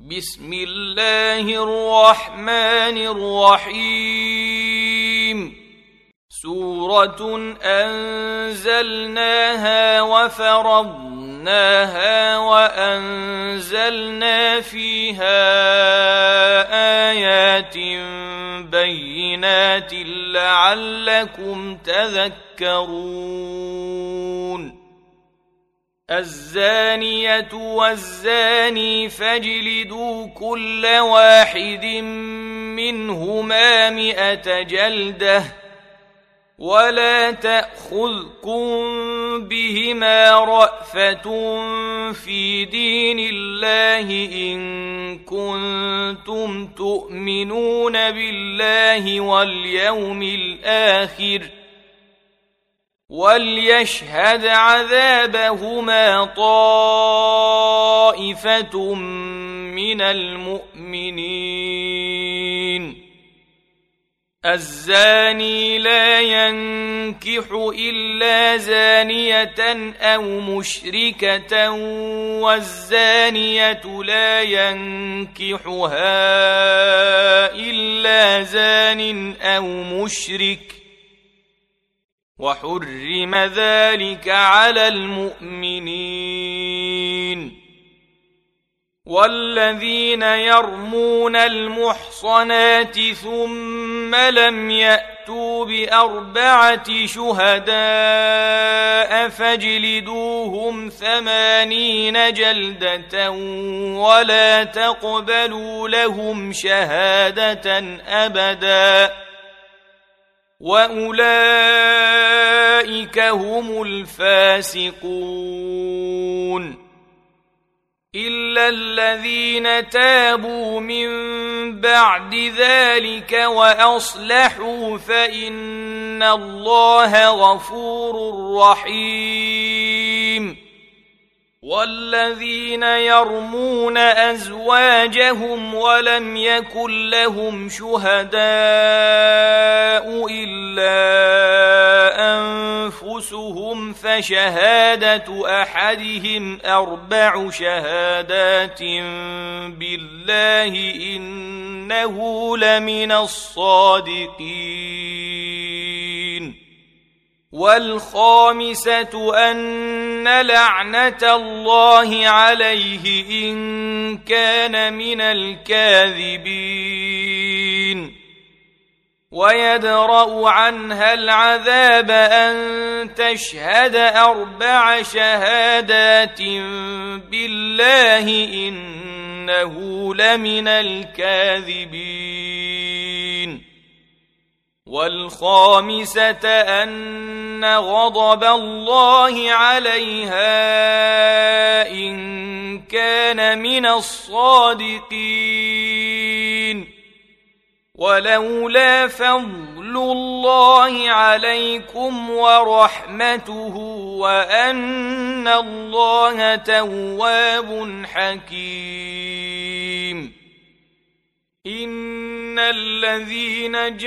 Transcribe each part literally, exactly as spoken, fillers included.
بسم الله الرحمن الرحيم سورة أنزلناها وفرضناها وأنزلنا فيها آيات بينات لعلكم تذكرون الزانية والزاني فاجلدوا كل واحد منهما مئة جلدة ولا تأخذكم بهما رأفة في دين الله إن كنتم تؤمنون بالله واليوم الآخر وليشهد عذابهما طائفة من المؤمنين الزاني لا ينكح إلا زانية أو مشركة والزانية لا ينكحها إلا زان أو مشرك وحرم ذلك على المؤمنين والذين يرمون المحصنات ثم لم يأتوا بأربعة شهداء فاجلدوهم ثمانين جلدة ولا تقبلوا لهم شهادة أبدا وأولئك هم الفاسقون إلا الذين تابوا من بعد ذلك وأصلحوا فإن الله غفور رحيم والذين يرمون أزواجهم ولم يكن لهم شهداء إلا أنفسهم فشهادة أحدهم أربع شهادات بالله إنه لمن الصادقين والخامسة أن لعنة الله عليه إن كان من الكاذبين ويدرأ عنها العذاب أن تشهد أربع شهادات بالله إنه لمن الكاذبين والخامسة أن غضب الله عليها إن كان من الصادقين ولولا فضل الله عليكم ورحمته وأن الله تواب حكيم إن الذين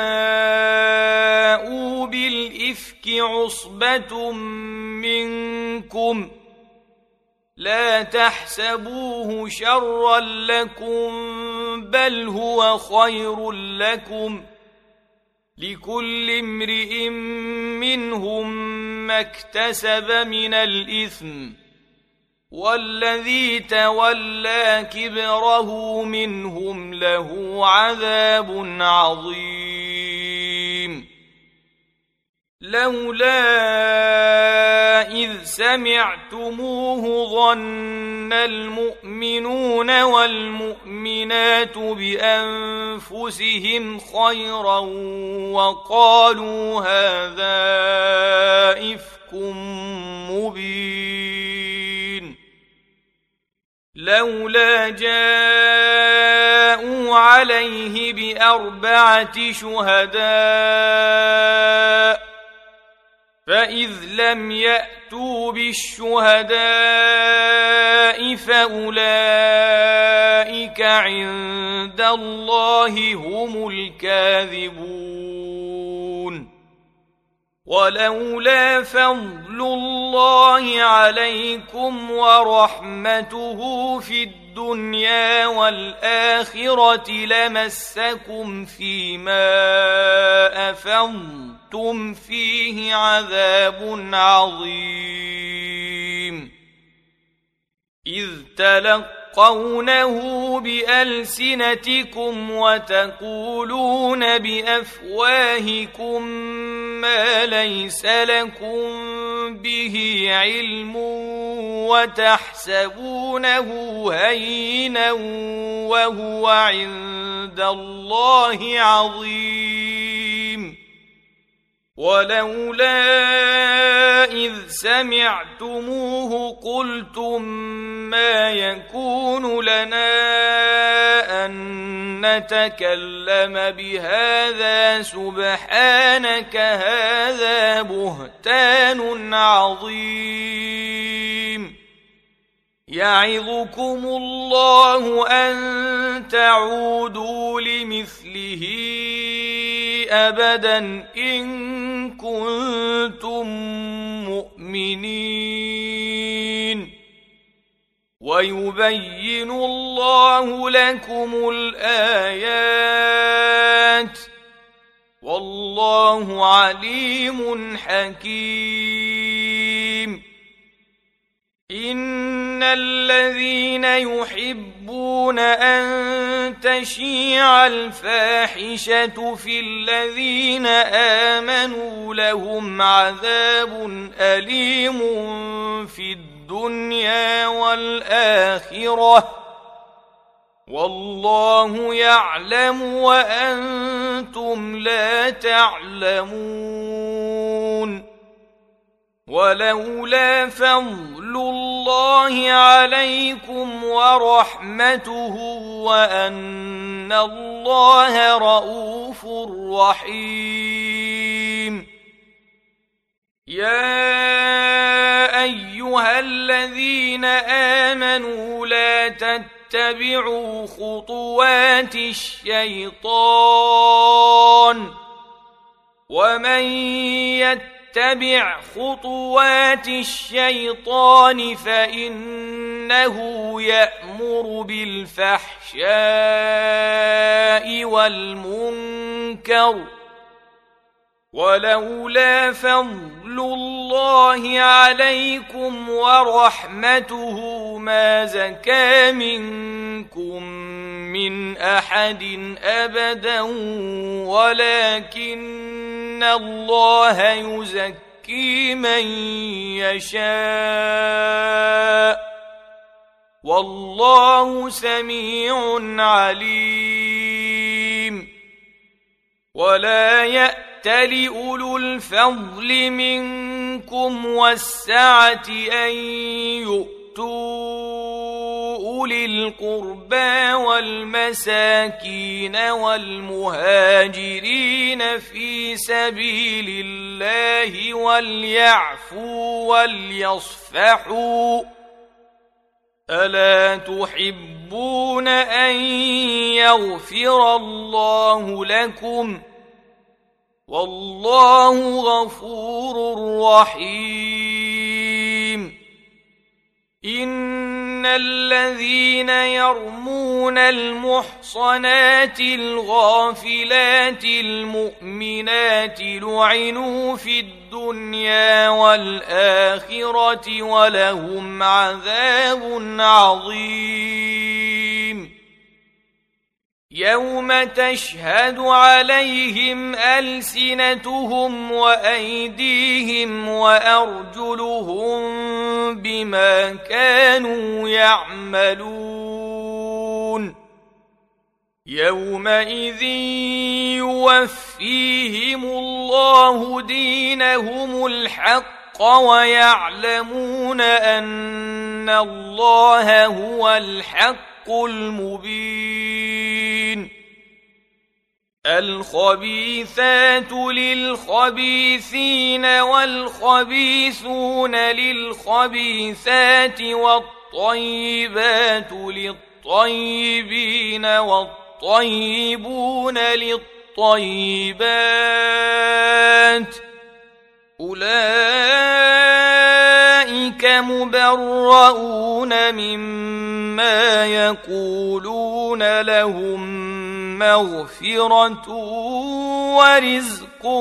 جاءوا بالإفك عصبة منكم لا تحسبوه شرا لكم بل هو خير لكم لكل امرئ منهم ما اكتسب من الإثم والذي تولى كبره منهم له عذاب عظيم لولا إذ سمعتموه ظن المؤمنون والمؤمنات بأنفسهم خيرا وقالوا هذا إفك مبين لولا جاءوا عليه بأربعة شهداء فإذ لم يأتوا بالشهداء فأولئك عند الله هم الكاذبون ولولا فضل الله عليكم ورحمته في الدنيا الدنيا والآخرة لمسكم فيما أفضتم فيه عذاب عظيم إذ تلقونه بألسنتكم وتقولون بأفواهكم ما ليس لكم به علم وتحسبونه هينا وهو عند الله عظيم ولولا إذ سمعتموه قلتم ما يكون لنا أن نتكلم بهذا سبحانك هذا بهتان عظيم يعظكم الله أن تعودوا لمثله أبدا إن كنتم مؤمنين ويبين الله لكم الآيات والله عليم حكيم إن الذين يحبون أن تشيع الفاحشة في الذين آمنوا لهم عذاب أليم في الدنيا والآخرة والله يعلم وأنتم لا تعلمون ولولا فضل الله عليكم ورحمته وأن الله رؤوف رحيم يا أيها الذين آمنوا لا تتبعوا خطوات الشيطان ومن يتبع اتبع خطوات الشيطان فإنه يأمر بالفحشاء والمنكر ولولا فضل الله عليكم ورحمته ما زكى منكم من أحد أبدا ولكن الله يزكي من يشاء والله سميع عليم ولا يأتل أولو الفضل منكم والسعة أن يؤتوا أولي القربى والمساكين والمهاجرين في سبيل الله وليعفوا وليصفحوا ألا تحبون أن يغفر الله لكم والله غفور رحيم إن الذين يرمون المحصنات الغافلات المؤمنات لعنوا في الدنيا والآخرة ولهم عذاب عظيم يوم تشهد عليهم ألسنتهم وأيديهم وأرجلهم بما كانوا يعملون يومئذ يوفيهم الله دينهم الحق ويعلمون أن الله هو الحق المبين الخبيثات للخبيثين والخبيثون للخبيثات والطيبات للطيبين والطيبون للطيبات أولئك أولئك مبرؤون مما يقولون لهم مغفرة ورزق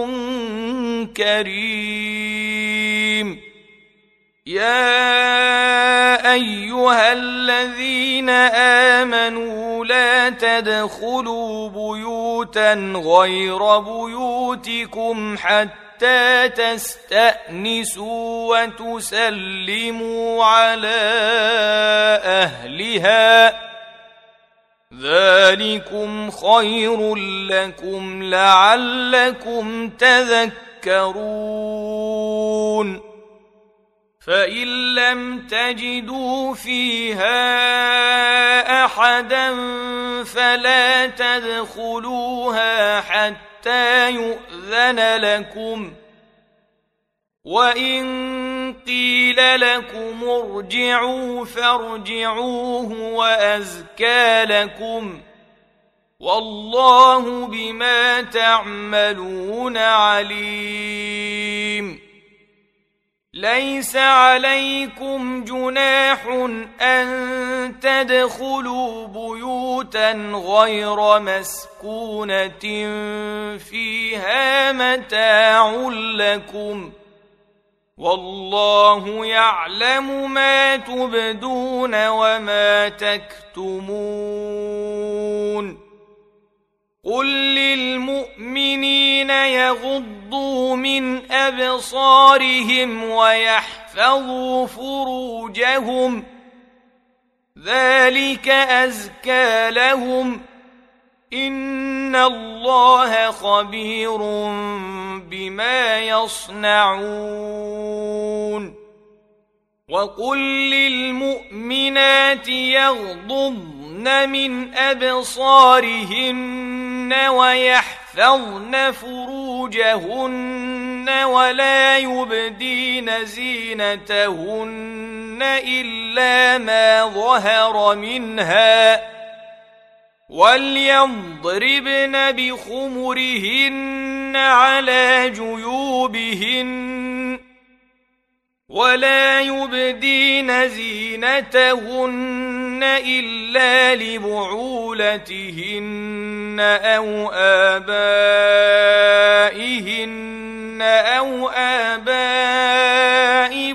كريم يا أيها الذين آمنوا لا تدخلوا بيوتا غير بيوتكم حتى تستأنسوا وتسلموا على أهلها ذلكم خير لكم لعلكم تذكرون فإن لم تجدوا فيها أحدا فلا تدخلوها حتى يؤذن لكم وإن قيل لكم ارجعوا فارجعوه وأزكى لكم والله بما تعملون عليم ليس عليكم جناح أن تدخلوا بيوتا غير مسكونة فيها متاع لكم والله يعلم ما تبدون وما تكتمون قل للمؤمنين يغضوا من أبصارهم ويحفظوا فروجهم ذلك أزكى لهم إن الله خبير بما يصنعون وقل للمؤمنات يغضضن من أبصارهن ويحفظن فروجهن ولا يبدين زينتهن إلا ما ظهر منها وليضربن بخمرهن على جيوبهن ولا يبدين زينتهن إلا لبعولتهن أو آبائهن أو آباء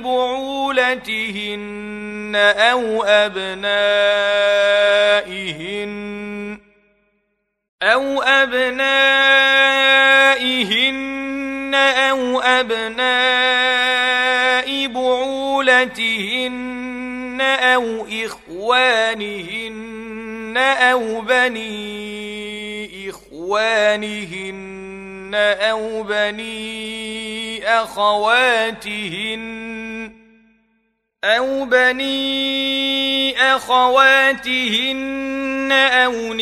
بعولتهن أو أبنائهن أو أبنائهن أو أبناء بعولتهن أو إخوانهن أو بني إخوانهن أو بني أخواتهن أو بني أخواتهن أو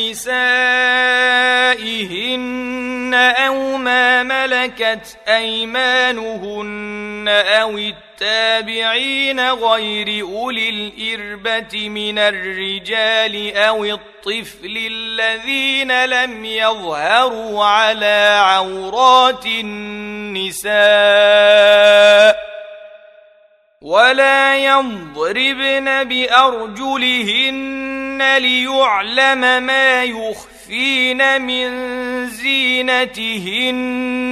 نسائهن أو ما ملكت أيمانهن أو التابعين غير أولي الإربة من الرجال أو الطفل الذين لم يظهروا على عورات النساء ولا يضربن بأرجلهن ليعلم ما يخفين من زينتهن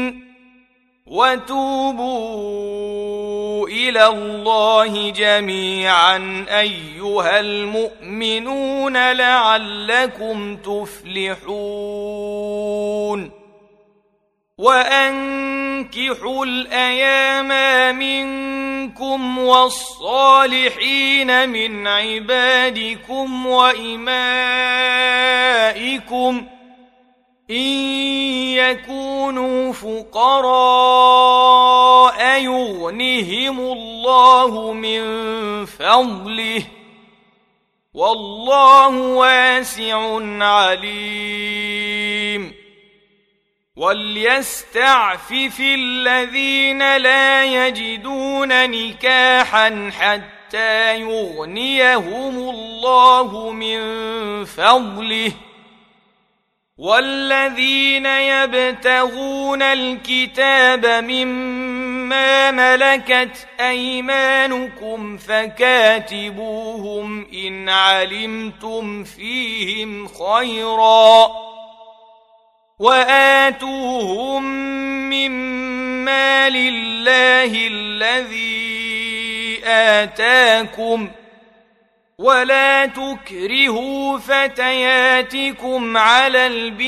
وتوبوا إلى الله جميعا أيها المؤمنون لعلكم تفلحون وأنكحوا الأيام منكم والصالحين من عبادكم وإمائكم إن يكونوا فقراء يغنهم الله من فضله والله واسع عليم وليستعفف الذين لا يجدون نكاحا حتى يغنيهم الله من فضله والذين يبتغون الكتاب مما ملكت أيمانكم فكاتبوهم إن علمتم فيهم خيرا وآتوهم مما لله الذي آتاكم ولا تكرهوا فتياتكم على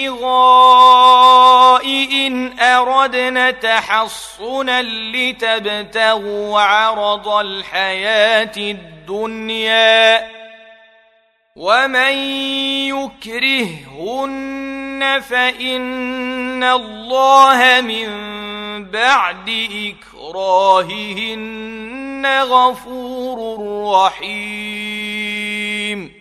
البغاء إن أردنا تحصنا لتبتغوا عرض الحياة الدنيا ومن يكرههن فإن الله من بعد إكراههن غفور رحيم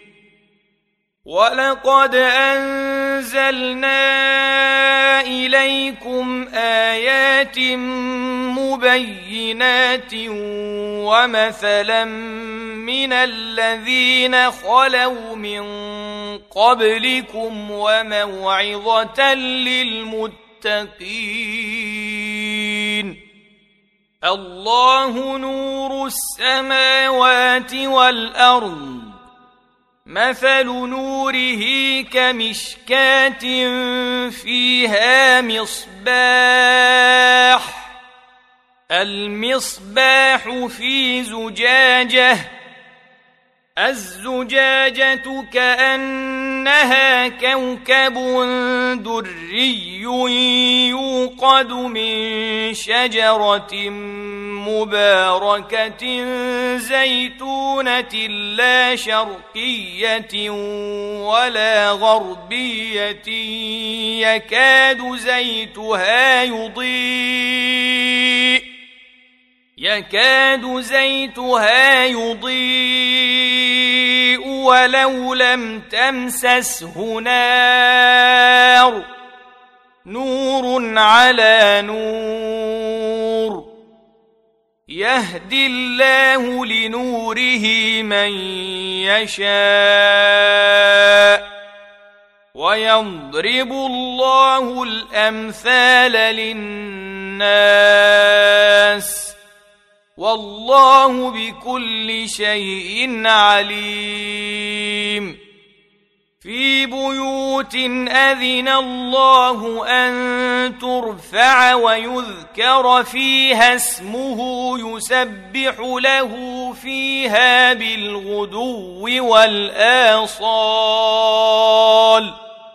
ولقد أنزلنا إليكم آيات مبينات ومثلا من الذين خلوا من قبلكم وموعظة للمتقين الله نور السماوات والأرض مثل نوره كمشكاة فيها مصباح المصباح في زجاجة الزجاجة كأنها كوكب دري يوقد من شجرة مباركة زيتونة لا شرقية ولا غربية يكاد زيتها يضيء يكاد زيتها يضيء ولو لم تمسسه نار نور على نور يهدي الله لنوره من يشاء ويضرب الله الأمثال للناس والله بكل شيء عليم في بيوت أذن الله أن ترفع ويذكر فيها اسمه يسبح له فيها بالغدو والآصال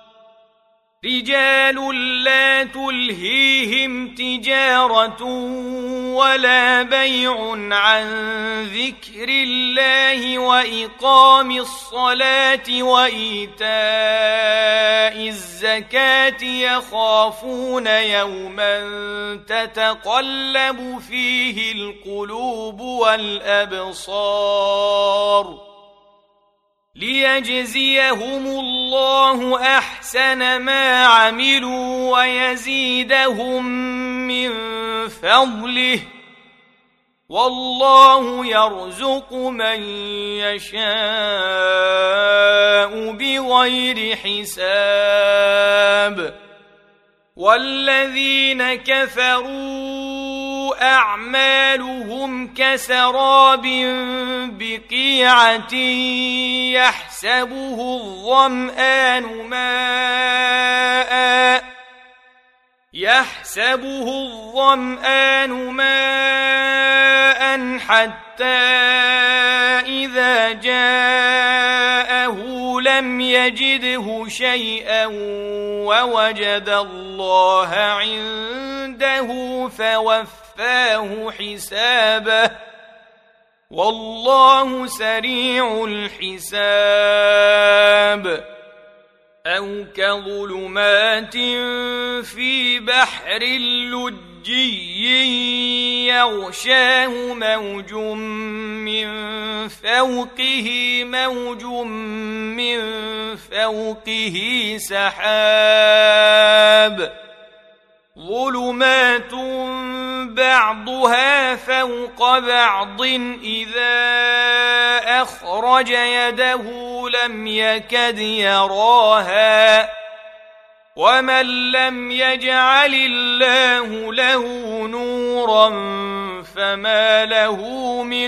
رجال لا تلهيهم تجارة ولا بيع عن ذكر الله وإقام الصلاة وإيتاء الزكاة يخافون يوما تتقلب فيه القلوب والأبصار ليجزيهم الله أحسن ما عملوا ويزيدهم من فضله والله يرزق من يشاء بغير حساب والذين كفروا أعمالهم كسراب بقيعة يحسبه الظمآن ماء يحسبه الظمآن ماء حتى إذا جاءه لم يجده شيئا ووجد الله عنده فوفاه حسابه والله سريع الحساب أو كظلمات في بحر لجي يغشاه موج من فوقه موج من فوقه سحاب ظلمات بعضها فوق بعض إذا أخرج يده لم يكد يراها ومن لم يجعل الله له نورا فما له من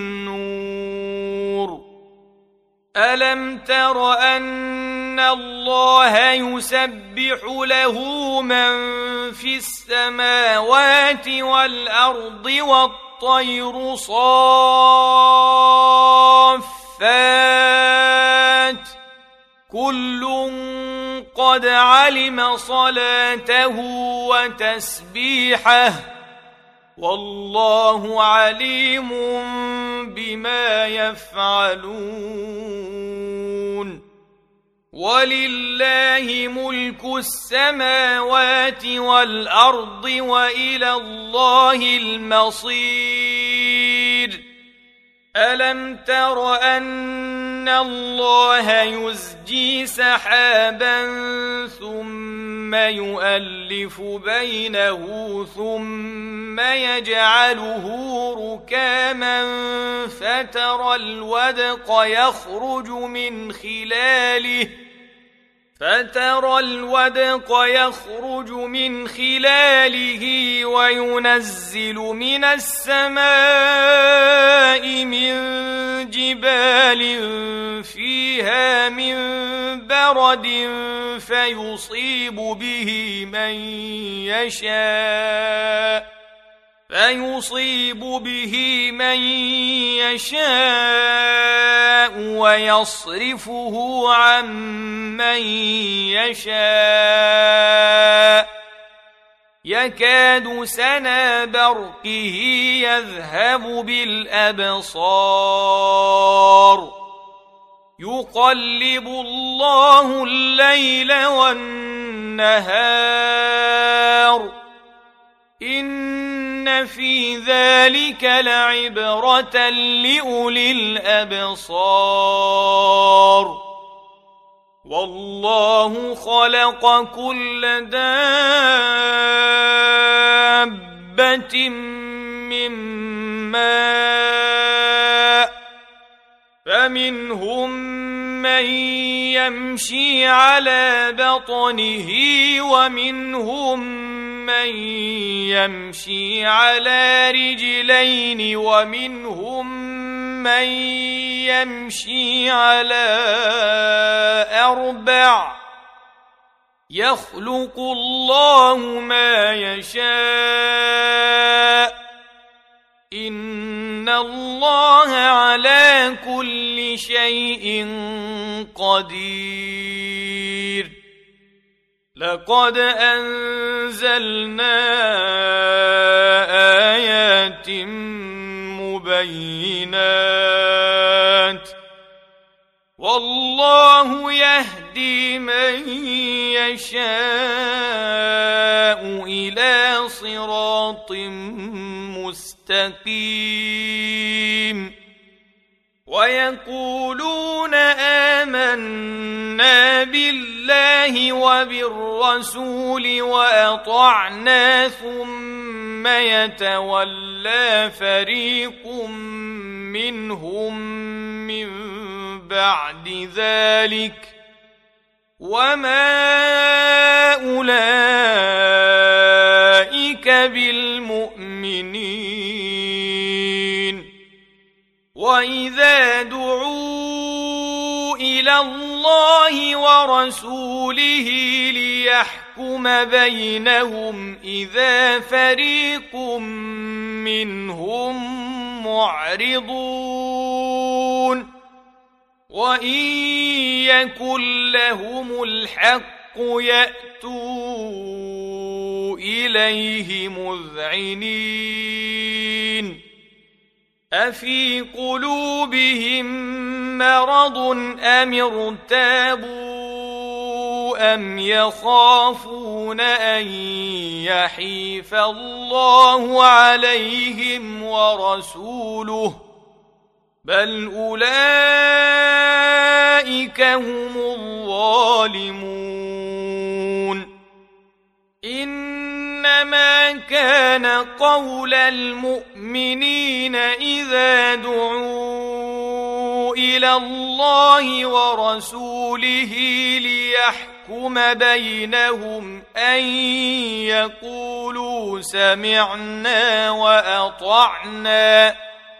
نور ألم تر أن الله يسبح له من في السماوات والأرض والطير صافات كل قد علم صلاته وتسبيحه والله عليم بما يفعلون ولله ملك السماوات والأرض وإلى الله المصير ألم تر أن الله يزجي سحابا ثم يؤلف بينه ثم يجعله ركاما فترى الودق يخرج من خلاله فترى الودق يخرج من خلاله وينزل من السماء من جبال فيها من برد فيصيب به من يشاء فيصيب به من يشاء ويصرفه عن من يشاء يكاد سنا برقه يذهب بالأبصار يقلب الله الليل والنهار إن في ذلك لعبرة لأولي الأبصار والله خلق كل دابة من ماء فمنهم من يمشي على بطنه ومنهم من يمشي على رجلين ومنهم من يمشي على أربع يخلق الله ما يشاء إن الله على كل شيء قدير لقد أنزلنا آيات مبينات والله يهدي من يشاء إلى صراط مستقيم ويقولون آمنا بالله وبالرسول وأطعنا ثم يتولى فريق منهم من بعد ذلك وما أولئك بالمؤمنين وإذا دعوا إلى الله ورسوله ليحكم بينهم إذا فريق منهم معرضون وإن يكن لهم الحق يأتوا إليه مذعنين أفي قلوبهم مرض أم ارتابوا أم يخافون أن يحيف الله عليهم ورسوله بل أولئك هم الظالمون إنما كان قول المؤمنين إذا دعوا إلى الله ورسوله ليحكم بينهم أن يقولوا سمعنا وأطعنا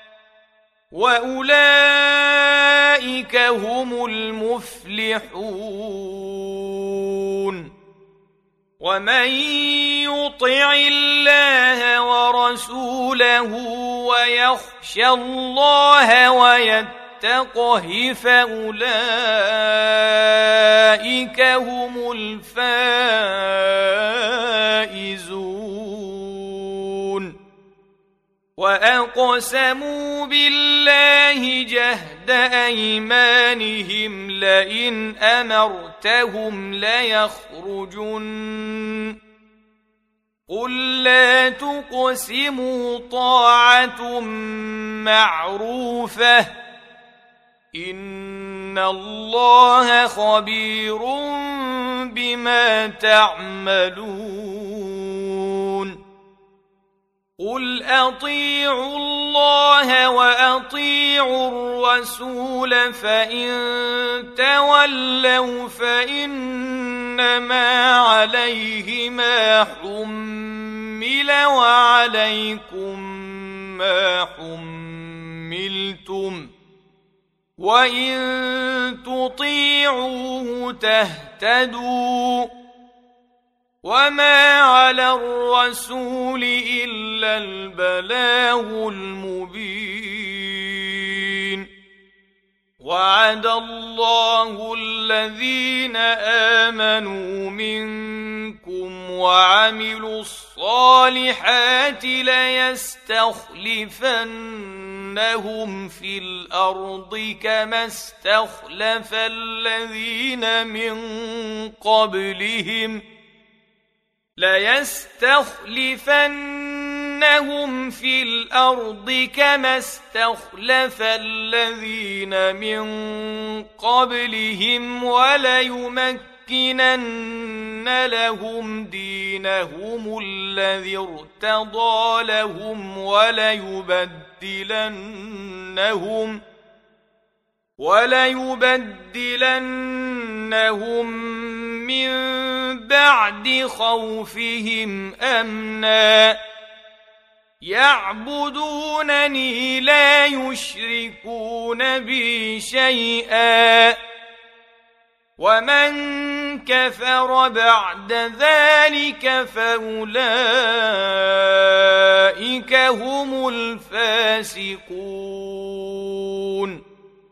وأولئك هم المفلحون. ومن يطع الله ورسوله ويخشى الله ويتقه فأولئك هم الفائزون. وأقسموا بالله جهد أيمانهم لئن أمرتهم ليخرجن قل لا تقسموا طاعة معروفة إن الله خبير بما تعملون. قل أطيعوا الله وأطيعوا الرسول فإن تولوا فإنما عليه ما حمل وعليكم ما حملتم وإن تطيعوه تهتدوا وما على الرسول إلا البلاغ المبين. وعد الله الذين آمنوا منكم وعملوا الصالحات ليستخلفنهم في الأرض كما استخلف الذين من قبلهم ليستخلفنهم في الأرض كما استخلف الذين من قبلهم وليمكنن لهم دينهم الذي ارتضى لهم وليبدلنهم وليبدلنهم من بعد خوفهم أمنا يعبدونني لا يشركون بي شيئا ومن كفر بعد ذلك فأولئك هم الفاسقون.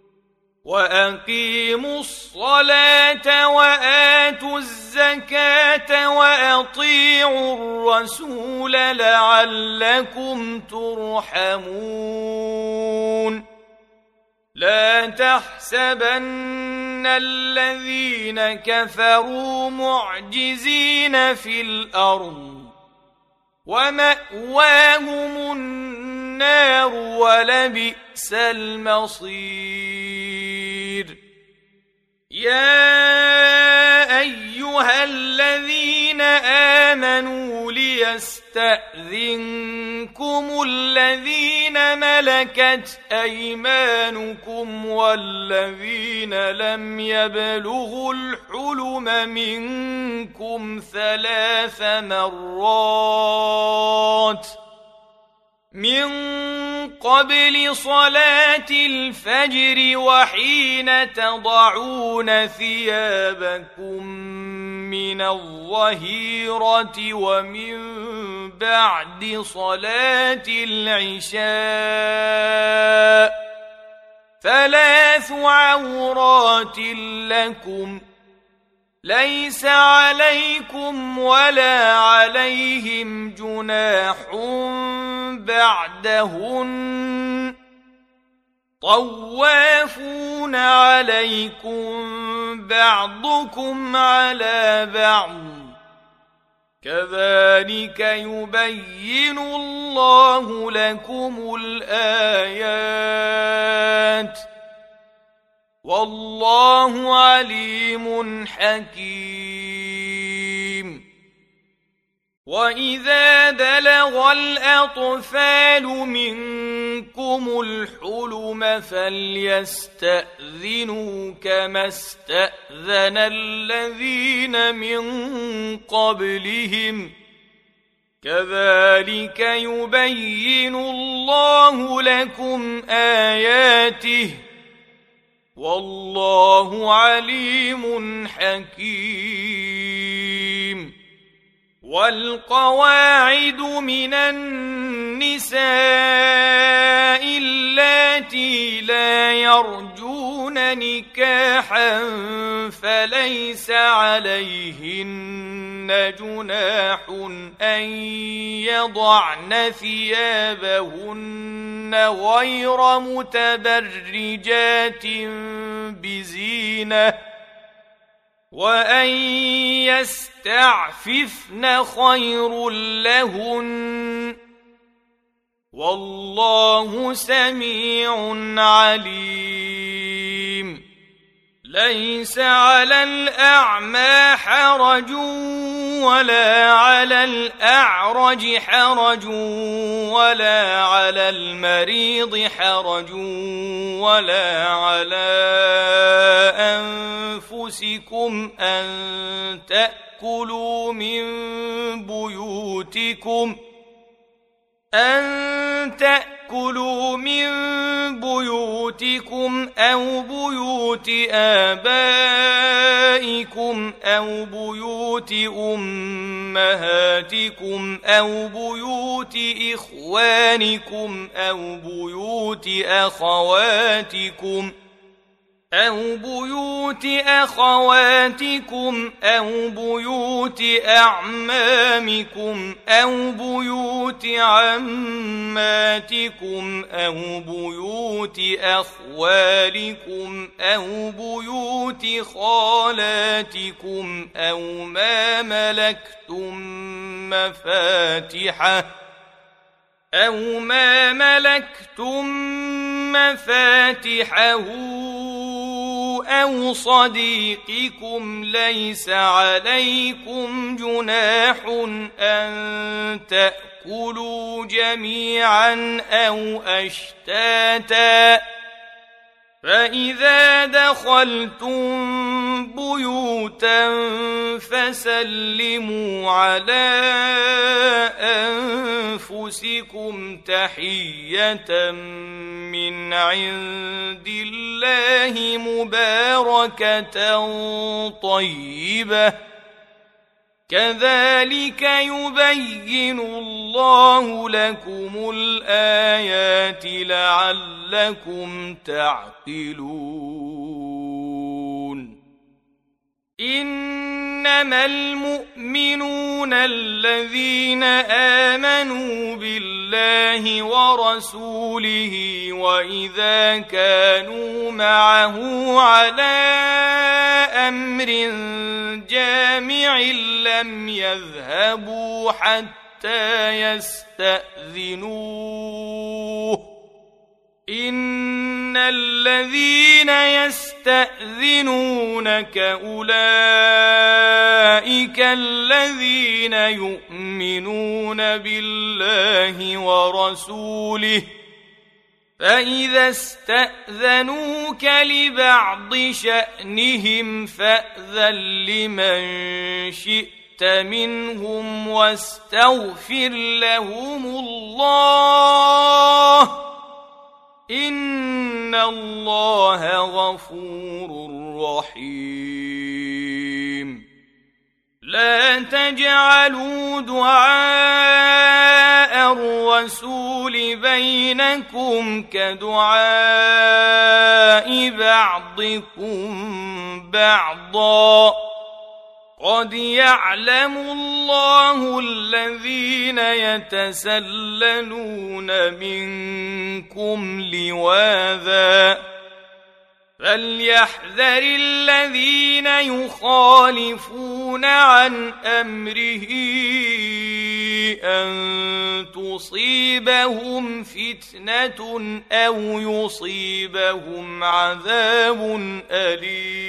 وأقيموا الصلاة وآتوا الزكاة وأطيعوا الرسول لعلكم ترحمون. لا تحسبن الذين كفروا معجزين في الأرض ومأواهم النار ولبئس المصير. يا أيها الذين آمنوا ليستأذنكم الذين ملكت أيمانكم والذين لم يبلغوا الحلم منكم ثلاث مرات من قبل صلاة الفجر وحين تضعون ثيابكم من الظهيرة ومن بعد صلاة العشاء ثلاث عورات لكم ليس عليكم ولا عليهم جناح بعدهن طوافون عليكم بعضكم على بعض كذلك يبين الله لكم الآيات والله عليم حكيم. وإذا بلغ الأطفال منكم الحلم فليستأذنوا كما استأذن الذين من قبلهم كذلك يبين الله لكم آياته والله عليم حكيم. والقواعد من النساء اللاتي لا يرجون نكاحا فليس عليهن جناح أن يضعن ثيابهن غير متبرجات بزينة وأن يستعففن خير لهن والله سميع عليم. ليس على الأعمى حرج ولا على الأعرج حرج ولا على المريض حرج ولا على أنفسكم أن تأكلوا من بيوتكم أن تأكلوا من بيوتكم أو بيوت آبائكم أو بيوت أمهاتكم أو بيوت إخوانكم أو بيوت أخواتكم أو بيوت أخواتكم أو بيوت أعمامكم أو بيوت عماتكم أو بيوت أخوالكم أو بيوت خالاتكم أو ما ملكتم مفاتحه أو ما ملكتم مفاتحه أو صديقكم ليس عليكم جناح أن تأكلوا جميعا أو أشتاتا فإذا دخلتم بيوتا فسلموا على أنفسكم تحية من عند الله مباركة طيبة كذلك يبين الله لكم الآيات لعلكم تعقلون. إنما المؤمنون الذين آمنوا بالله ورسوله وإذا كانوا معه على أمر جامع لم يذهبوا حتى يستأذنوه إن الذين يستأذنونك أولئك الذين يؤمنون بالله ورسوله فإذا استأذنوك لبعض شأنهم فأذن لمن شئت منهم واستغفر لهم الله إن الله غفور رحيم. لا تجعلوا دعاء الرسول بينكم كدعاء بعضكم بعضا قد يعلم الله الذين يتسللون منكم لواذا فليحذر الذين يخالفون عن أمره أن تصيبهم فتنة أو يصيبهم عذاب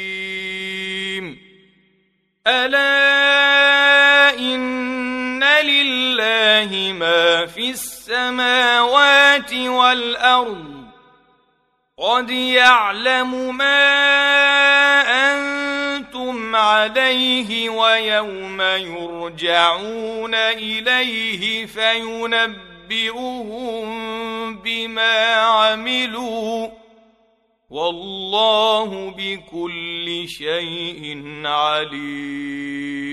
أليم. ألا إن في السماوات والأرض قد يعلم ما أنتم عليه ويوم يرجعون إليه فينبئهم بما عملوا والله بكل شيء عليم.